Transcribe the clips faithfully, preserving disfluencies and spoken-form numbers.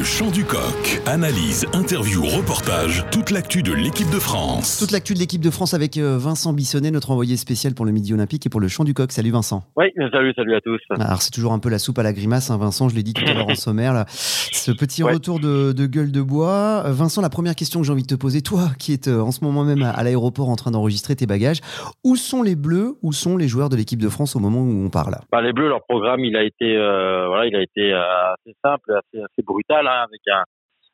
Le Chant du Coq. Analyse, interview, reportage, toute l'actu de l'équipe de France. Toute l'actu de l'équipe de France avec Vincent Bissonnet, notre envoyé spécial pour le Midi Olympique et pour le Chant du Coq. Salut Vincent. Oui, salut, salut à tous. Alors c'est toujours un peu la soupe à la grimace, hein, Vincent, je l'ai dit tout à l'heure en sommaire. Là. Ce petit ouais. retour de, de gueule de bois. Vincent, la première question que j'ai envie de te poser, toi qui es en ce moment même à, à l'aéroport en train d'enregistrer tes bagages, où sont les Bleus, où sont les joueurs de l'équipe de France au moment où on parle? Bah, les Bleus, leur programme, il a été, euh, voilà, il a été euh, assez simple, assez, assez brutal, hein, avec un,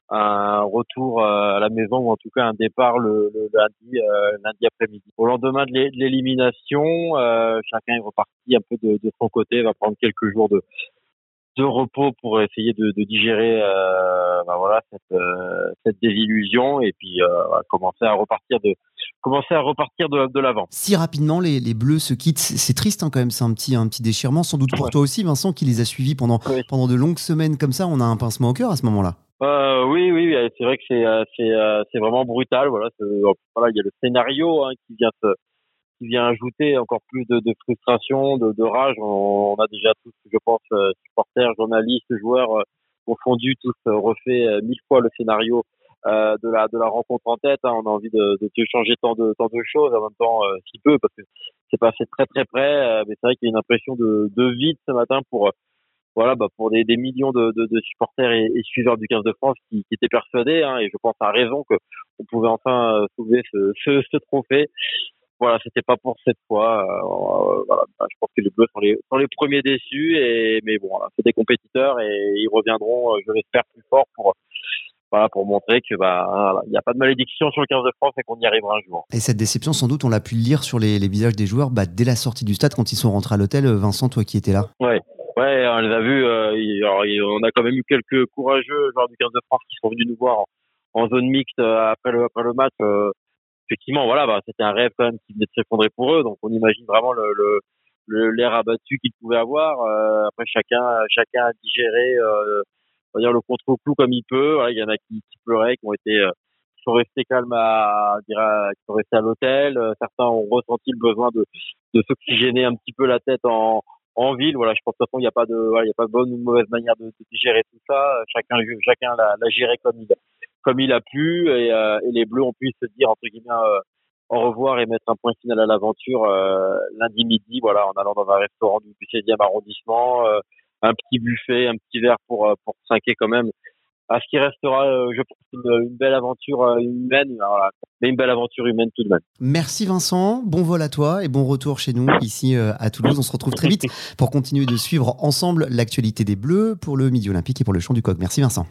un retour euh, à la maison ou en tout cas un départ le, le lundi, euh, lundi après-midi. Au lendemain de l'é- de l'élimination, euh, chacun est reparti un peu de, de son côté, va prendre quelques jours de, de repos pour essayer de, de digérer, euh, bah voilà, cette, euh, cette désillusion et puis euh, commencer à repartir de commencer à repartir de, de l'avant. Si rapidement les, les Bleus se quittent, c'est, c'est triste hein, quand même, c'est un petit, un petit déchirement, sans doute pour Ouais. toi aussi Vincent qui les a suivis pendant, Oui. pendant de longues semaines comme ça, on a un pincement au cœur à ce moment-là. Euh, oui, oui, c'est vrai que c'est, c'est, c'est vraiment brutal. Voilà, c'est, voilà, il y a le scénario hein, qui vient se, qui vient ajouter encore plus de, de frustration, de, de rage. On, on a déjà tous, je pense, supporters, journalistes, joueurs confondus, tous refait mille fois le scénario euh, de la de la rencontre en tête. Hein. On a envie de, de changer tant de tant de choses en même temps euh, si peu parce que c'est passé très très près. Euh, mais c'est vrai qu'il y a une impression de, de vide ce matin pour voilà, bah pour des, des millions de, de, de supporters et, et suiveurs du quinze de France qui, qui étaient persuadés, hein, et je pense à raison que on pouvait enfin soulever ce, ce, ce trophée. Voilà, c'était pas pour cette fois. Euh, voilà, bah, je pense que les Bleus sont les, sont les premiers déçus, et mais bon, voilà, c'est des compétiteurs et ils reviendront, je l'espère, plus fort pour voilà pour montrer que bah voilà, il n'y a pas de malédiction sur le quinze de France et qu'on y arrivera un jour. Et cette déception, sans doute, on l'a pu le lire sur les, les visages des joueurs bah, dès la sortie du stade quand ils sont rentrés à l'hôtel. Vincent, toi qui étais là. Ouais. Ouais, on les a vus. Euh, alors, on a quand même eu quelques courageux joueurs du quinze de France qui sont venus nous voir en, en zone mixte euh, après le après le match. Euh, effectivement, voilà, bah, c'était un rêve quand même qui venait de s'effondrer pour eux. Donc, on imagine vraiment le, le, le l'air abattu qu'ils pouvaient avoir. Euh, après, chacun chacun a digéré, euh, on va dire le contre-coup comme il peut. Voilà, il y en a qui, qui pleuraient, qui ont été euh, qui sont restés calmes à, à dire, à, qui sont restés à l'hôtel. Euh, certains ont ressenti le besoin de de s'oxygéner un petit peu la tête en en ville. Voilà, je pense que de toute façon il n'y a pas de voilà, il y a pas de bonne ou de mauvaise manière de, de gérer tout ça. Chacun chacun l'a, l'a géré comme il comme il a pu, et, euh, et les Bleus ont pu se dire entre guillemets euh, au revoir et mettre un point final à l'aventure euh, lundi midi, voilà, en allant dans un restaurant du seizième arrondissement, euh, un petit buffet, un petit verre pour pour trinquer quand même à ce qui restera, euh, je pense, une, une belle aventure euh, humaine, voilà, mais une belle aventure humaine tout de même. Merci Vincent, bon vol à toi et bon retour chez nous ici euh, à Toulouse. On se retrouve très vite pour continuer de suivre ensemble l'actualité des Bleus pour le Midi Olympique et pour le Chant du Coq. Merci Vincent.